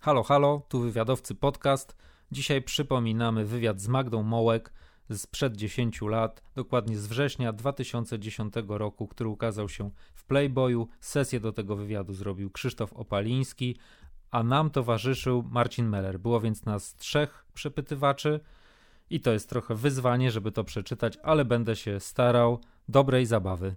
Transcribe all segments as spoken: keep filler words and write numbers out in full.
Halo, halo, tu Wywiadowcy Podcast. Dzisiaj przypominamy wywiad z Magdą Mołek sprzed dziesięciu lat, dokładnie z września dwa tysiące dziesiątego roku, który ukazał się w Playboyu. Sesję do tego wywiadu zrobił Krzysztof Opaliński, a nam towarzyszył Marcin Meller. Było więc nas trzech przepytywaczy i to jest trochę wyzwanie, żeby to przeczytać, ale będę się starał. Dobrej zabawy.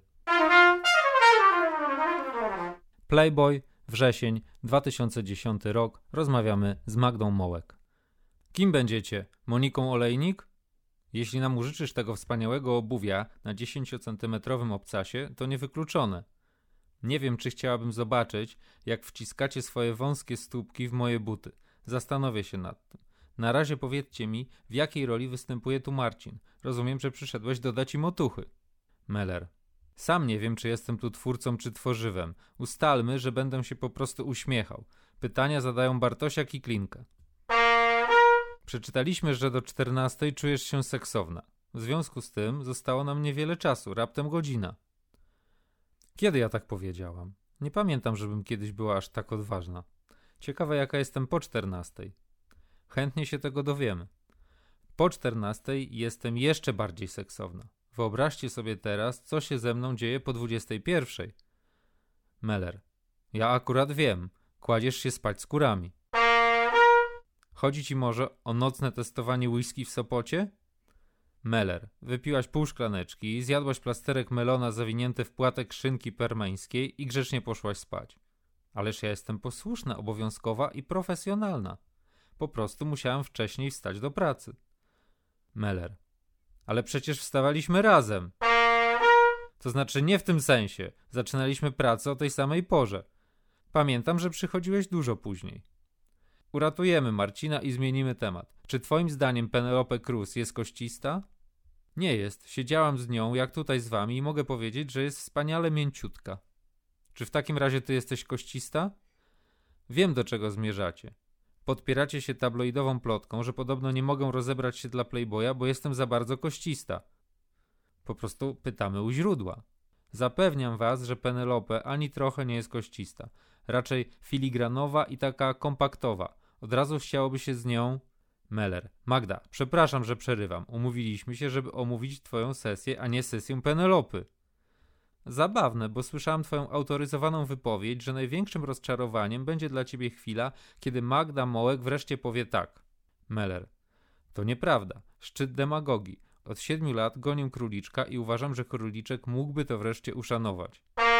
Playboy, wrzesień, dwa tysiące dziesiąty rok. Rozmawiamy z Magdą Mołek. Kim będziecie? Moniką Olejnik? Jeśli nam użyczysz tego wspaniałego obuwia na dziesięciocentymetrowym obcasie, to niewykluczone. Nie wiem, czy chciałabym zobaczyć, jak wciskacie swoje wąskie stópki w moje buty. Zastanowię się nad tym. Na razie powiedzcie mi, w jakiej roli występuje tu Marcin. Rozumiem, że przyszedłeś dodać im otuchy. Meller. Sam nie wiem, czy jestem tu twórcą, czy tworzywem. Ustalmy, że będę się po prostu uśmiechał. Pytania zadają Bartosiak i Klinka. Przeczytaliśmy, że do czternastej czujesz się seksowna. W związku z tym zostało nam niewiele czasu, raptem godzina. Kiedy ja tak powiedziałam? Nie pamiętam, żebym kiedyś była aż tak odważna. Ciekawe, jaka jestem po czternastej. Chętnie się tego dowiemy. Po czternastej jestem jeszcze bardziej seksowna. Wyobraźcie sobie teraz, co się ze mną dzieje po dwudziestej pierwszej. Meller. Ja akurat wiem. Kładziesz się spać z kurami. Chodzi ci może o nocne testowanie whisky w Sopocie? Meller. Wypiłaś pół szklaneczki, zjadłaś plasterek melona zawinięty w płatek szynki permeńskiej i grzecznie poszłaś spać. Ależ ja jestem posłuszna, obowiązkowa i profesjonalna. Po prostu musiałem wcześniej wstać do pracy. Meller. Ale przecież wstawaliśmy razem. To znaczy nie w tym sensie. Zaczynaliśmy pracę o tej samej porze. Pamiętam, że przychodziłeś dużo później. Uratujemy Marcina i zmienimy temat. Czy twoim zdaniem Penelope Cruz jest koścista? Nie jest. Siedziałam z nią, jak tutaj z wami i mogę powiedzieć, że jest wspaniale mięciutka. Czy w takim razie ty jesteś koścista? Wiem, do czego zmierzacie. Podpieracie się tabloidową plotką, że podobno nie mogę rozebrać się dla Playboya, bo jestem za bardzo koścista. Po prostu pytamy u źródła. Zapewniam was, że Penelope ani trochę nie jest koścista. Raczej filigranowa i taka kompaktowa. Od razu chciałoby się z nią... Meller. Magda, przepraszam, że przerywam. Umówiliśmy się, żeby omówić twoją sesję, a nie sesję Penelopy. Zabawne, bo słyszałem twoją autoryzowaną wypowiedź, że największym rozczarowaniem będzie dla ciebie chwila, kiedy Magda Mołek wreszcie powie tak. Meller. To nieprawda. Szczyt demagogii. Od siedmiu lat gonię króliczka i uważam, że króliczek mógłby to wreszcie uszanować.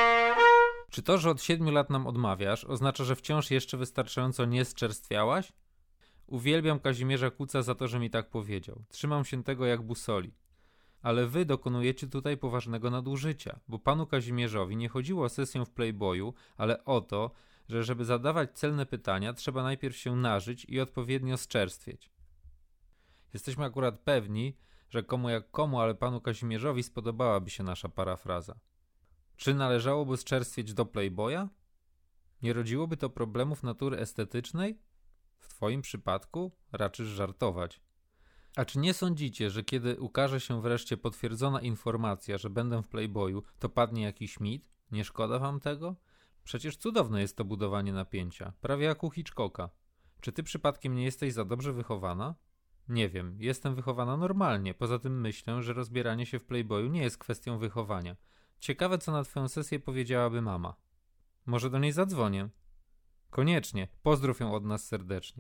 Czy to, że od siedmiu lat nam odmawiasz, oznacza, że wciąż jeszcze wystarczająco nie zczerstwiałaś? Uwielbiam Kazimierza Kuca za to, że mi tak powiedział. Trzymam się tego jak busoli. Ale wy dokonujecie tutaj poważnego nadużycia, bo panu Kazimierzowi nie chodziło o sesję w Playboyu, ale o to, że żeby zadawać celne pytania, trzeba najpierw się nażyć i odpowiednio zczerstwieć. Jesteśmy akurat pewni, że komu jak komu, ale panu Kazimierzowi spodobałaby się nasza parafraza. Czy należałoby zczerstwieć do Playboya? Nie rodziłoby to problemów natury estetycznej? W twoim przypadku raczysz żartować. A czy nie sądzicie, że kiedy ukaże się wreszcie potwierdzona informacja, że będę w Playboyu, to padnie jakiś mit? Nie szkoda wam tego? Przecież cudowne jest to budowanie napięcia, prawie jak u Hitchcocka. Czy ty przypadkiem nie jesteś za dobrze wychowana? Nie wiem, jestem wychowana normalnie, poza tym myślę, że rozbieranie się w Playboyu nie jest kwestią wychowania. Ciekawe, co na twoją sesję powiedziałaby mama. Może do niej zadzwonię? Koniecznie, pozdrów ją od nas serdecznie.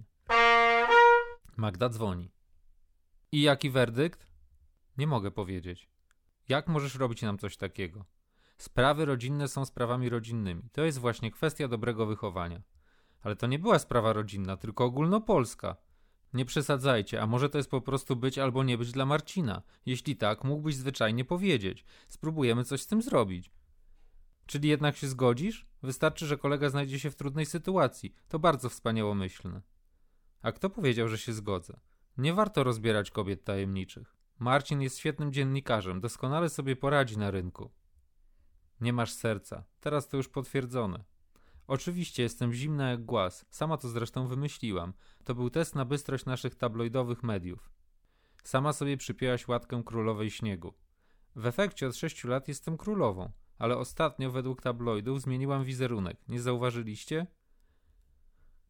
Magda dzwoni. I jaki werdykt? Nie mogę powiedzieć. Jak możesz robić nam coś takiego? Sprawy rodzinne są sprawami rodzinnymi. To jest właśnie kwestia dobrego wychowania. Ale to nie była sprawa rodzinna, tylko ogólnopolska. Nie przesadzajcie, a może to jest po prostu być albo nie być dla Marcina. Jeśli tak, mógłbyś zwyczajnie powiedzieć. Spróbujemy coś z tym zrobić. Czyli jednak się zgodzisz? Wystarczy, że kolega znajdzie się w trudnej sytuacji. To bardzo wspaniałomyślne. A kto powiedział, że się zgodzę? Nie warto rozbierać kobiet tajemniczych. Marcin jest świetnym dziennikarzem, doskonale sobie poradzi na rynku. Nie masz serca. Teraz to już potwierdzone. Oczywiście jestem zimna jak głaz. Sama to zresztą wymyśliłam. To był test na bystrość naszych tabloidowych mediów. Sama sobie przypięłaś łatkę królowej śniegu. W efekcie od sześciu lat jestem królową, ale ostatnio według tabloidów zmieniłam wizerunek. Nie zauważyliście?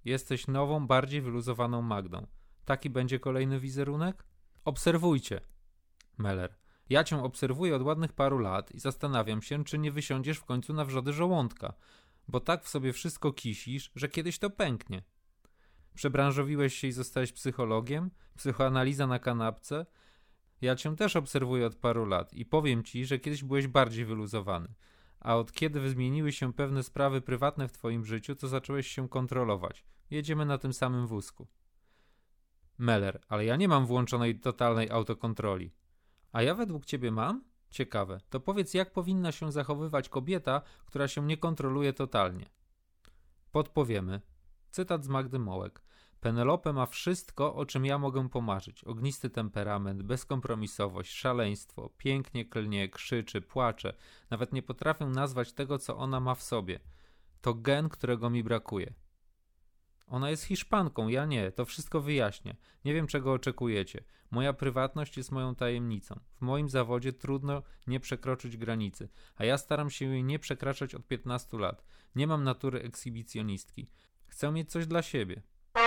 Jesteś nową, bardziej wyluzowaną Magdą. Taki będzie kolejny wizerunek? Obserwujcie. Meller. Ja cię obserwuję od ładnych paru lat i zastanawiam się, czy nie wysiądziesz w końcu na wrzody żołądka, bo tak w sobie wszystko kisisz, że kiedyś to pęknie. Przebranżowiłeś się i zostałeś psychologiem? Psychoanaliza na kanapce? Ja cię też obserwuję od paru lat i powiem ci, że kiedyś byłeś bardziej wyluzowany. A od kiedy zmieniły się pewne sprawy prywatne w twoim życiu, to zacząłeś się kontrolować. Jedziemy na tym samym wózku. Meller, ale ja nie mam włączonej totalnej autokontroli. A ja według ciebie mam? Ciekawe. To powiedz, jak powinna się zachowywać kobieta, która się nie kontroluje totalnie. Podpowiemy. Cytat z Magdy Mołek. Penelope ma wszystko, o czym ja mogę pomarzyć. Ognisty temperament, bezkompromisowość, szaleństwo, pięknie klnie, krzyczy, płacze. Nawet nie potrafię nazwać tego, co ona ma w sobie. To gen, którego mi brakuje. Ona jest Hiszpanką, ja nie. To wszystko wyjaśnię. Nie wiem, czego oczekujecie. Moja prywatność jest moją tajemnicą. W moim zawodzie trudno nie przekroczyć granicy, a ja staram się jej nie przekraczać od piętnastu lat. Nie mam natury ekshibicjonistki. Chcę mieć coś dla siebie.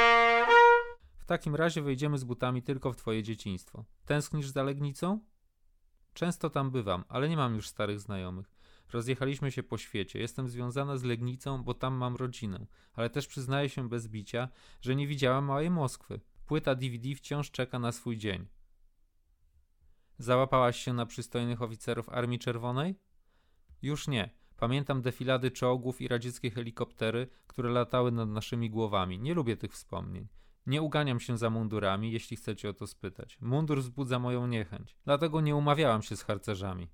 W takim razie wejdziemy z butami tylko w twoje dzieciństwo. Tęsknisz za Legnicą? Często tam bywam, ale nie mam już starych znajomych. Rozjechaliśmy się po świecie. Jestem związana z Legnicą, bo tam mam rodzinę. Ale też przyznaję się bez bicia, że nie widziałam małej Moskwy. Płyta D V D wciąż czeka na swój dzień. Załapałaś się na przystojnych oficerów Armii Czerwonej? Już nie. Pamiętam defilady czołgów i radzieckie helikoptery, które latały nad naszymi głowami. Nie lubię tych wspomnień. Nie uganiam się za mundurami, jeśli chcecie o to spytać. Mundur wzbudza moją niechęć. Dlatego nie umawiałam się z harcerzami.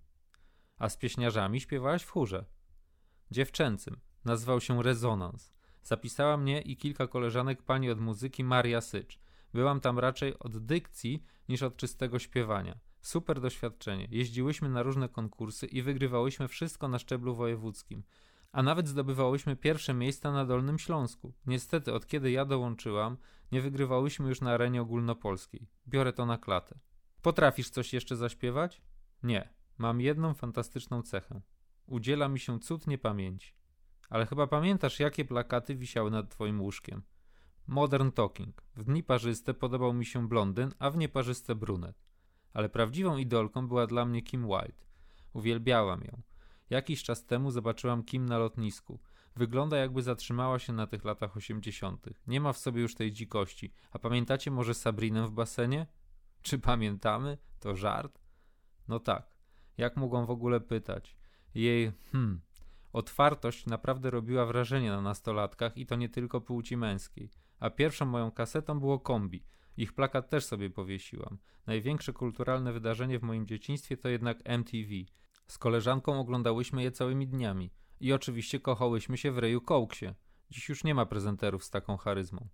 A z pieśniarzami śpiewałaś w chórze. Dziewczęcym. Nazywał się Rezonans. Zapisała mnie i kilka koleżanek pani od muzyki Maria Sycz. Byłam tam raczej od dykcji niż od czystego śpiewania. Super doświadczenie. Jeździłyśmy na różne konkursy i wygrywałyśmy wszystko na szczeblu wojewódzkim. A nawet zdobywałyśmy pierwsze miejsca na Dolnym Śląsku. Niestety, od kiedy ja dołączyłam, nie wygrywałyśmy już na arenie ogólnopolskiej. Biorę to na klatę. Potrafisz coś jeszcze zaśpiewać? Nie. Mam jedną fantastyczną cechę. Udziela mi się cud niepamięci. Ale chyba pamiętasz, jakie plakaty wisiały nad twoim łóżkiem. Modern Talking. W dni parzyste podobał mi się blondyn, a w nieparzyste brunet. Ale prawdziwą idolką była dla mnie Kim Wilde. Uwielbiałam ją. Jakiś czas temu zobaczyłam Kim na lotnisku. Wygląda, jakby zatrzymała się na tych latach osiemdziesiątych. Nie ma w sobie już tej dzikości. A pamiętacie może Sabrinę w basenie? Czy pamiętamy? To żart? No tak. Jak mogą w ogóle pytać? Jej, hmm, otwartość naprawdę robiła wrażenie na nastolatkach i to nie tylko płci męskiej. A pierwszą moją kasetą było Kombi. Ich plakat też sobie powiesiłam. Największe kulturalne wydarzenie w moim dzieciństwie to jednak M T V. Z koleżanką oglądałyśmy je całymi dniami. I oczywiście kochałyśmy się w Reju Cokesie. Dziś już nie ma prezenterów z taką charyzmą.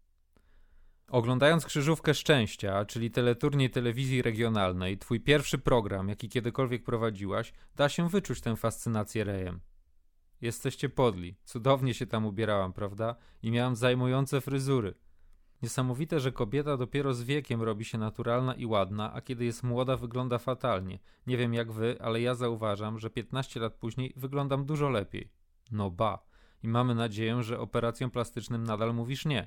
Oglądając Krzyżówkę Szczęścia, czyli teleturniej telewizji regionalnej, twój pierwszy program, jaki kiedykolwiek prowadziłaś, da się wyczuć tę fascynację Rejem. Jesteście podli. Cudownie się tam ubierałam, prawda? I miałam zajmujące fryzury. Niesamowite, że kobieta dopiero z wiekiem robi się naturalna i ładna, a kiedy jest młoda, wygląda fatalnie. Nie wiem jak wy, ale ja zauważam, że piętnaście lat później wyglądam dużo lepiej. No ba. I mamy nadzieję, że operacjom plastycznym nadal mówisz nie.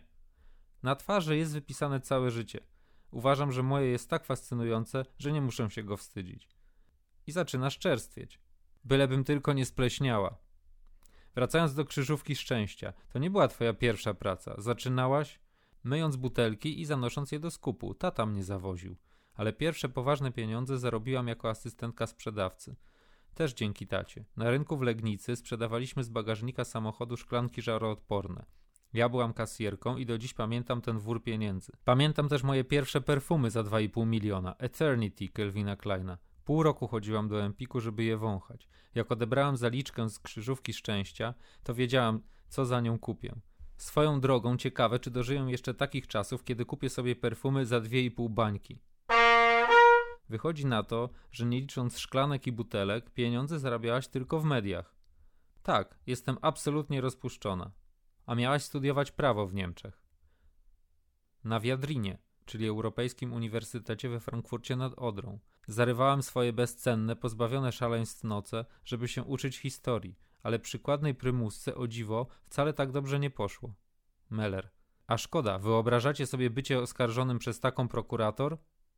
Na twarzy jest wypisane całe życie. Uważam, że moje jest tak fascynujące, że nie muszę się go wstydzić. I zaczynasz czerstwieć. Bylebym tylko nie spleśniała. Wracając do Krzyżówki Szczęścia, to nie była twoja pierwsza praca. Zaczynałaś myjąc butelki i zanosząc je do skupu. Tata mnie zawoził. Ale pierwsze poważne pieniądze zarobiłam jako asystentka sprzedawcy. Też dzięki tacie. Na rynku w Legnicy sprzedawaliśmy z bagażnika samochodu szklanki żaroodporne. Ja byłam kasjerką i do dziś pamiętam ten wór pieniędzy. Pamiętam też moje pierwsze perfumy za dwa i pół miliona. Eternity Calvina Kleina. Pół roku chodziłam do Empiku, żeby je wąchać. Jak odebrałam zaliczkę z Krzyżówki Szczęścia, to wiedziałam, co za nią kupię. Swoją drogą ciekawe, czy dożyję jeszcze takich czasów, kiedy kupię sobie perfumy za dwie i pół bańki. Wychodzi na to, że nie licząc szklanek i butelek, pieniądze zarabiałaś tylko w mediach. Tak, jestem absolutnie rozpuszczona. A miałaś studiować prawo w Niemczech. Na Wiadrinie, czyli Europejskim Uniwersytecie we Frankfurcie nad Odrą. Zarywałam swoje bezcenne, pozbawione szaleństw noce, żeby się uczyć historii, ale przykładnej prymusce, o dziwo, wcale tak dobrze nie poszło. Meller. A szkoda, wyobrażacie sobie bycie oskarżonym przez taką prokurator?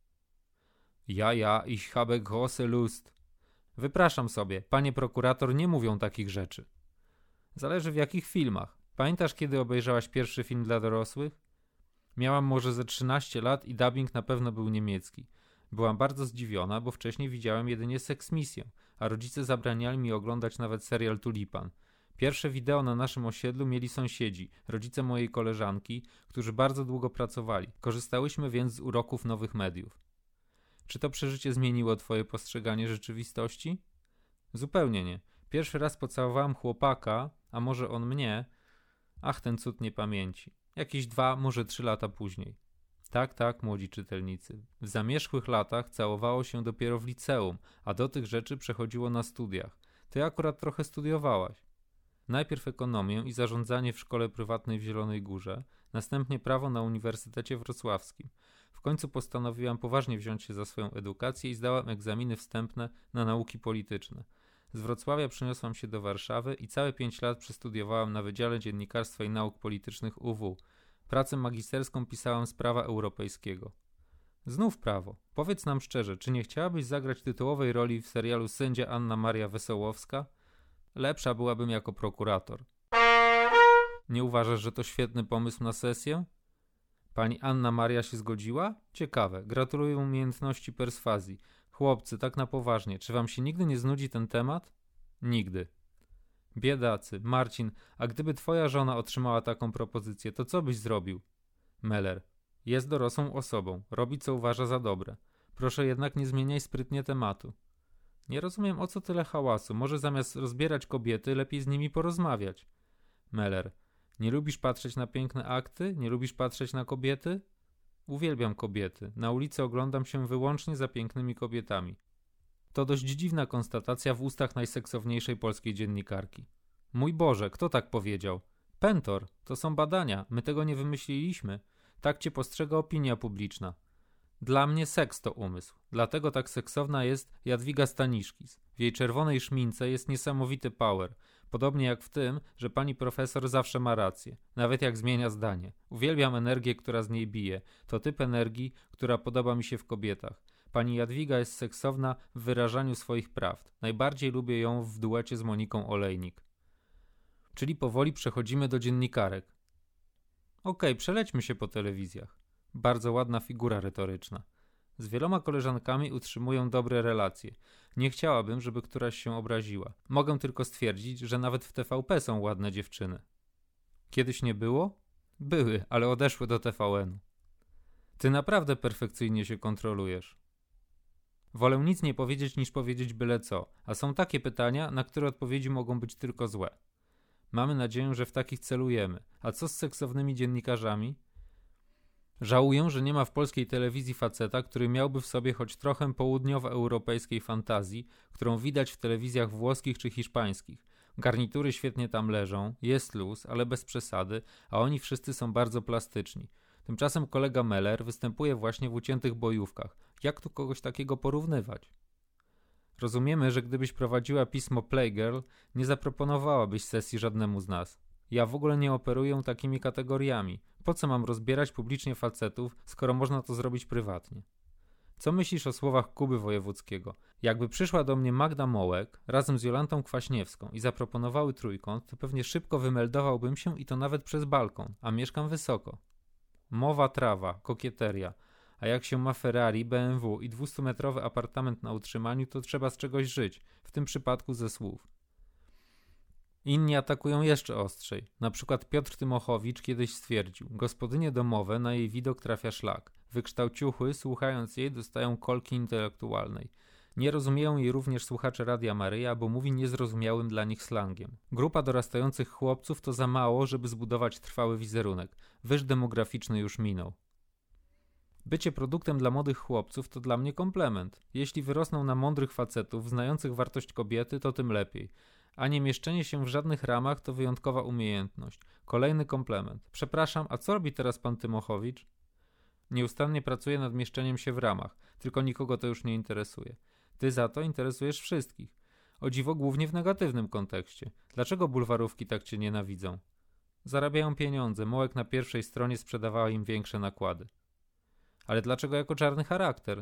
Ja, ja, ich habe große Lust. Wypraszam sobie, panie prokurator, nie mówią takich rzeczy. Zależy w jakich filmach. Pamiętasz, kiedy obejrzałaś pierwszy film dla dorosłych? Miałam może ze trzynaście lat i dubbing na pewno był niemiecki. Byłam bardzo zdziwiona, bo wcześniej widziałem jedynie seksmisję, a rodzice zabraniali mi oglądać nawet serial Tulipan. Pierwsze wideo na naszym osiedlu mieli sąsiedzi, rodzice mojej koleżanki, którzy bardzo długo pracowali. Korzystałyśmy więc z uroków nowych mediów. Czy to przeżycie zmieniło twoje postrzeganie rzeczywistości? Zupełnie nie. Pierwszy raz pocałowałam chłopaka, a może on mnie? Ach, ten cud niepamięci. Jakieś dwa, może trzy lata później. Tak, tak, młodzi czytelnicy. W zamierzchłych latach całowało się dopiero w liceum, a do tych rzeczy przechodziło na studiach. Ty akurat trochę studiowałaś. Najpierw ekonomię i zarządzanie w szkole prywatnej w Zielonej Górze, następnie prawo na Uniwersytecie Wrocławskim. W końcu postanowiłam poważnie wziąć się za swoją edukację i zdałam egzaminy wstępne na nauki polityczne. Z Wrocławia przeniosłam się do Warszawy i całe pięć lat przestudiowałam na Wydziale Dziennikarstwa i Nauk Politycznych U W. Pracę magisterską pisałam z prawa europejskiego. Znów prawo. Powiedz nam szczerze, czy nie chciałabyś zagrać tytułowej roli w serialu Sędzia Anna Maria Wesołowska? Lepsza byłabym jako prokurator. Nie uważasz, że to świetny pomysł na sesję? Pani Anna Maria się zgodziła? Ciekawe. Gratuluję umiejętności perswazji. Chłopcy, tak na poważnie, czy wam się nigdy nie znudzi ten temat? Nigdy. Biedacy. Marcin, a gdyby twoja żona otrzymała taką propozycję, to co byś zrobił? Meller. Jest dorosłą osobą. Robi co uważa za dobre. Proszę jednak nie zmieniaj sprytnie tematu. Nie rozumiem, o co tyle hałasu. Może zamiast rozbierać kobiety, lepiej z nimi porozmawiać. Meller. Nie lubisz patrzeć na piękne akty? Nie lubisz patrzeć na kobiety? Uwielbiam kobiety. Na ulicy oglądam się wyłącznie za pięknymi kobietami. To dość dziwna konstatacja w ustach najseksowniejszej polskiej dziennikarki. Mój Boże, kto tak powiedział? Pentor, to są badania, my tego nie wymyśliliśmy. Tak cię postrzega opinia publiczna. Dla mnie seks to umysł, dlatego tak seksowna jest Jadwiga Staniszkis. W jej czerwonej szmince jest niesamowity power. Podobnie jak w tym, że pani profesor zawsze ma rację, nawet jak zmienia zdanie. Uwielbiam energię, która z niej bije. To typ energii, która podoba mi się w kobietach. Pani Jadwiga jest seksowna w wyrażaniu swoich prawd. Najbardziej lubię ją w duecie z Moniką Olejnik. Czyli powoli przechodzimy do dziennikarek. Okej, przelećmy się po telewizjach. Bardzo ładna figura retoryczna. Z wieloma koleżankami utrzymuję dobre relacje. Nie chciałabym, żeby któraś się obraziła. Mogę tylko stwierdzić, że nawet w T V P są ładne dziewczyny. Kiedyś nie było? Były, ale odeszły do T V N-u. Ty naprawdę perfekcyjnie się kontrolujesz. Wolę nic nie powiedzieć, niż powiedzieć byle co, a są takie pytania, na które odpowiedzi mogą być tylko złe. Mamy nadzieję, że w takich celujemy. A co z seksownymi dziennikarzami? Żałuję, że nie ma w polskiej telewizji faceta, który miałby w sobie choć trochę południowoeuropejskiej fantazji, którą widać w telewizjach włoskich czy hiszpańskich. Garnitury świetnie tam leżą, jest luz, ale bez przesady, a oni wszyscy są bardzo plastyczni. Tymczasem kolega Meller występuje właśnie w uciętych bojówkach. Jak tu kogoś takiego porównywać? Rozumiemy, że gdybyś prowadziła pismo Playgirl, nie zaproponowałabyś sesji żadnemu z nas. Ja w ogóle nie operuję takimi kategoriami. Po co mam rozbierać publicznie facetów, skoro można to zrobić prywatnie? Co myślisz o słowach Kuby Wojewódzkiego? Jakby przyszła do mnie Magda Mołek razem z Jolantą Kwaśniewską i zaproponowały trójkąt, to pewnie szybko wymeldowałbym się i to nawet przez balkon, a mieszkam wysoko. Mowa trawa, kokieteria. A jak się ma Ferrari, B M W i dwustumetrowy apartament na utrzymaniu, to trzeba z czegoś żyć, w tym przypadku ze słów. Inni atakują jeszcze ostrzej. Na przykład Piotr Tymochowicz kiedyś stwierdził: gospodynie domowe na jej widok trafia szlak. Wykształciuchy, słuchając jej, dostają kolki intelektualnej. Nie rozumieją jej również słuchacze Radia Maryja, bo mówi niezrozumiałym dla nich slangiem. Grupa dorastających chłopców to za mało, żeby zbudować trwały wizerunek. Wyż demograficzny już minął. Bycie produktem dla młodych chłopców to dla mnie komplement. Jeśli wyrosną na mądrych facetów, znających wartość kobiety, to tym lepiej. A nie mieszczenie się w żadnych ramach to wyjątkowa umiejętność. Kolejny komplement. Przepraszam, a co robi teraz pan Tymochowicz? Nieustannie pracuje nad mieszczeniem się w ramach, tylko nikogo to już nie interesuje. Ty za to interesujesz wszystkich. O dziwo głównie w negatywnym kontekście. Dlaczego bulwarówki tak cię nienawidzą? Zarabiają pieniądze, Mołek na pierwszej stronie sprzedawała im większe nakłady. Ale dlaczego jako czarny charakter?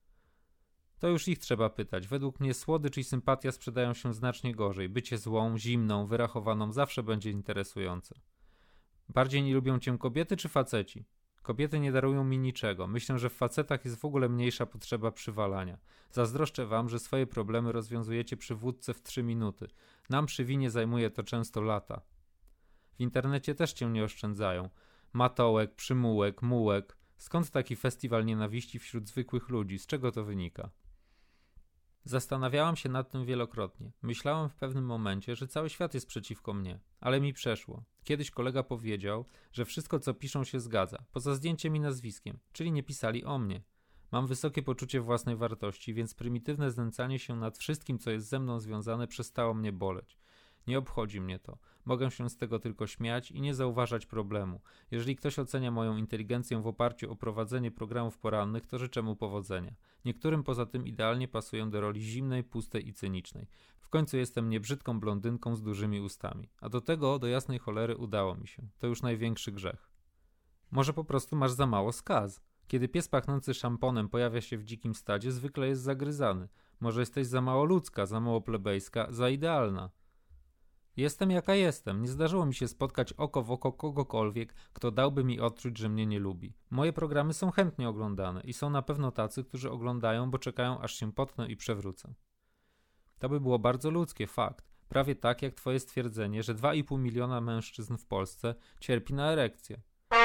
To już ich trzeba pytać. Według mnie słodycz i sympatia sprzedają się znacznie gorzej. Bycie złą, zimną, wyrachowaną zawsze będzie interesujące. Bardziej nie lubią cię kobiety czy faceci? Kobiety nie darują mi niczego. Myślę, że w facetach jest w ogóle mniejsza potrzeba przywalania. Zazdroszczę wam, że swoje problemy rozwiązujecie przy wódce w trzy minuty. Nam przy winie zajmuje to często lata. W internecie też cię nie oszczędzają. Matołek, przymułek, mułek. Skąd taki festiwal nienawiści wśród zwykłych ludzi? Z czego to wynika? Zastanawiałam się nad tym wielokrotnie. Myślałam w pewnym momencie, że cały świat jest przeciwko mnie. Ale mi przeszło. Kiedyś kolega powiedział, że wszystko co piszą się zgadza, poza zdjęciem i nazwiskiem, czyli nie pisali o mnie. Mam wysokie poczucie własnej wartości, więc prymitywne znęcanie się nad wszystkim, co jest ze mną związane, przestało mnie boleć. Nie obchodzi mnie to. Mogę się z tego tylko śmiać i nie zauważać problemu. Jeżeli ktoś ocenia moją inteligencję w oparciu o prowadzenie programów porannych, to życzę mu powodzenia. Niektórym poza tym idealnie pasuję do roli zimnej, pustej i cynicznej. W końcu jestem niebrzydką blondynką z dużymi ustami. A do tego, do jasnej cholery, udało mi się. To już największy grzech. Może po prostu masz za mało skaz. Kiedy pies pachnący szamponem pojawia się w dzikim stadzie, zwykle jest zagryzany. Może jesteś za mało ludzka, za mało plebejska, za idealna. Jestem jaka jestem. Nie zdarzyło mi się spotkać oko w oko kogokolwiek, kto dałby mi odczuć, że mnie nie lubi. Moje programy są chętnie oglądane i są na pewno tacy, którzy oglądają, bo czekają, aż się potknę i przewrócę. To by było bardzo ludzkie, fakt. Prawie tak jak twoje stwierdzenie, że dwa i pół miliona mężczyzn w Polsce cierpi na erekcję.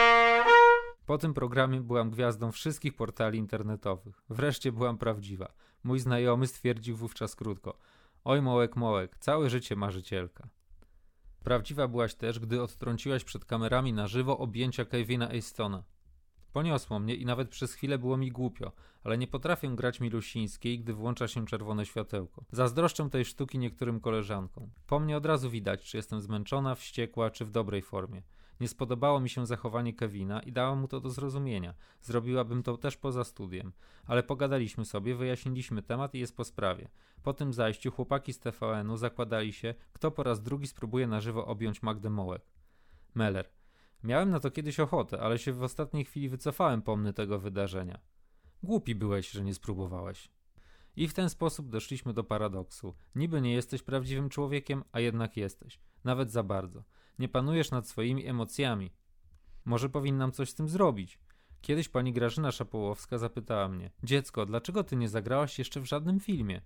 Po tym programie byłam gwiazdą wszystkich portali internetowych. Wreszcie byłam prawdziwa. Mój znajomy stwierdził wówczas krótko: oj Mołek, Mołek, całe życie marzycielka. Prawdziwa byłaś też, gdy odtrąciłaś przed kamerami na żywo objęcia Kevina Astona. Poniosło mnie i nawet przez chwilę było mi głupio, ale nie potrafię grać Milusińskiej, gdy włącza się czerwone światełko. Zazdroszczę tej sztuki niektórym koleżankom. Po mnie od razu widać, czy jestem zmęczona, wściekła, czy w dobrej formie. Nie spodobało mi się zachowanie Kevina i dałam mu to do zrozumienia. Zrobiłabym to też poza studiem. Ale pogadaliśmy sobie, wyjaśniliśmy temat i jest po sprawie. Po tym zajściu chłopaki z T V N-u zakładali się, kto po raz drugi spróbuje na żywo objąć Magdę Mołek. Meller. Miałem na to kiedyś ochotę, ale się w ostatniej chwili wycofałem pomny tego wydarzenia. Głupi byłeś, że nie spróbowałeś. I w ten sposób doszliśmy do paradoksu. Niby nie jesteś prawdziwym człowiekiem, a jednak jesteś. Nawet za bardzo. Nie panujesz nad swoimi emocjami. Może powinnam coś z tym zrobić. Kiedyś pani Grażyna Szapołowska zapytała mnie: dziecko, dlaczego ty nie zagrałaś jeszcze w żadnym filmie?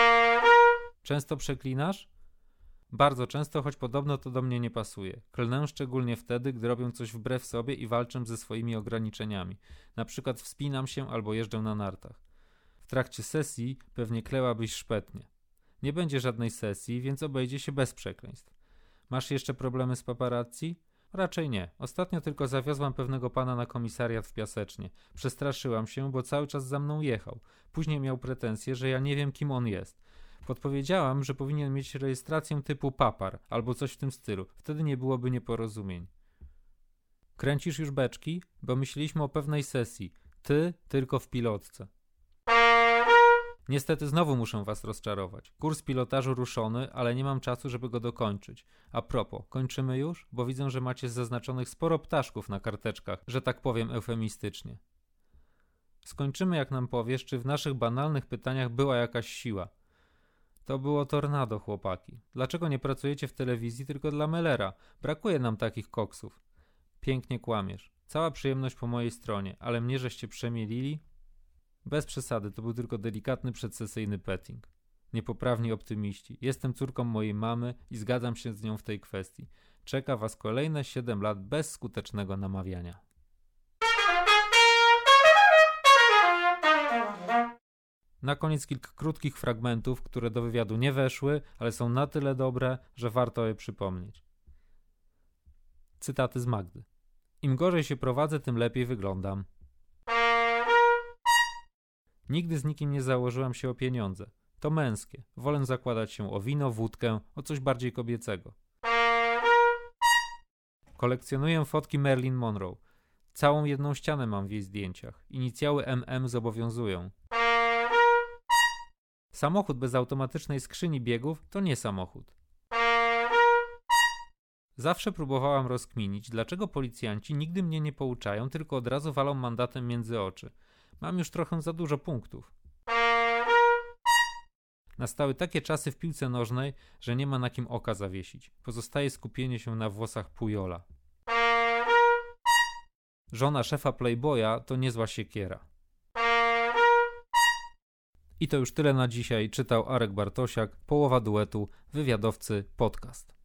Często przeklinasz? Bardzo często, choć podobno to do mnie nie pasuje. Klnę szczególnie wtedy, gdy robię coś wbrew sobie i walczę ze swoimi ograniczeniami. Na przykład wspinam się albo jeżdżę na nartach. W trakcie sesji pewnie klełabyś szpetnie. Nie będzie żadnej sesji, więc obejdzie się bez przekleństw. Masz jeszcze problemy z paparazzi? Raczej nie. Ostatnio tylko zawiozłam pewnego pana na komisariat w Piasecznie. Przestraszyłam się, bo cały czas za mną jechał. Później miał pretensje, że ja nie wiem, kim on jest. Podpowiedziałam, że powinien mieć rejestrację typu papar albo coś w tym stylu. Wtedy nie byłoby nieporozumień. Kręcisz już beczki? Bo myśleliśmy o pewnej sesji. Ty tylko w pilotce. Niestety znowu muszę was rozczarować. Kurs pilotażu ruszony, ale nie mam czasu, żeby go dokończyć. A propos, kończymy już? Bo widzę, że macie zaznaczonych sporo ptaszków na karteczkach, że tak powiem eufemistycznie. Skończymy, jak nam powiesz, czy w naszych banalnych pytaniach była jakaś siła. To było tornado, chłopaki. Dlaczego nie pracujecie w telewizji tylko dla Mellera? Brakuje nam takich koksów. Pięknie kłamiesz. Cała przyjemność po mojej stronie, ale mnie żeście przemielili? Bez przesady, to był tylko delikatny przedsesyjny petting. Niepoprawni optymiści. Jestem córką mojej mamy i zgadzam się z nią w tej kwestii. Czeka was kolejne siedem lat bezskutecznego namawiania. Na koniec kilka krótkich fragmentów, które do wywiadu nie weszły, ale są na tyle dobre, że warto je przypomnieć. Cytaty z Magdy. Im gorzej się prowadzę, tym lepiej wyglądam. Nigdy z nikim nie założyłam się o pieniądze. To męskie. Wolę zakładać się o wino, wódkę, o coś bardziej kobiecego. Kolekcjonuję fotki Marilyn Monroe. Całą jedną ścianę mam w jej zdjęciach. Inicjały M M zobowiązują. Samochód bez automatycznej skrzyni biegów to nie samochód. Zawsze próbowałam rozkminić, dlaczego policjanci nigdy mnie nie pouczają, tylko od razu walą mandatem między oczy. Mam już trochę za dużo punktów. Nastały takie czasy w piłce nożnej, że nie ma na kim oka zawiesić. Pozostaje skupienie się na włosach Pujola. Żona szefa Playboya to niezła siekiera. I to już tyle na dzisiaj. Czytał Arek Bartosiak, Połowa duetu, Wywiadowcy, podcast.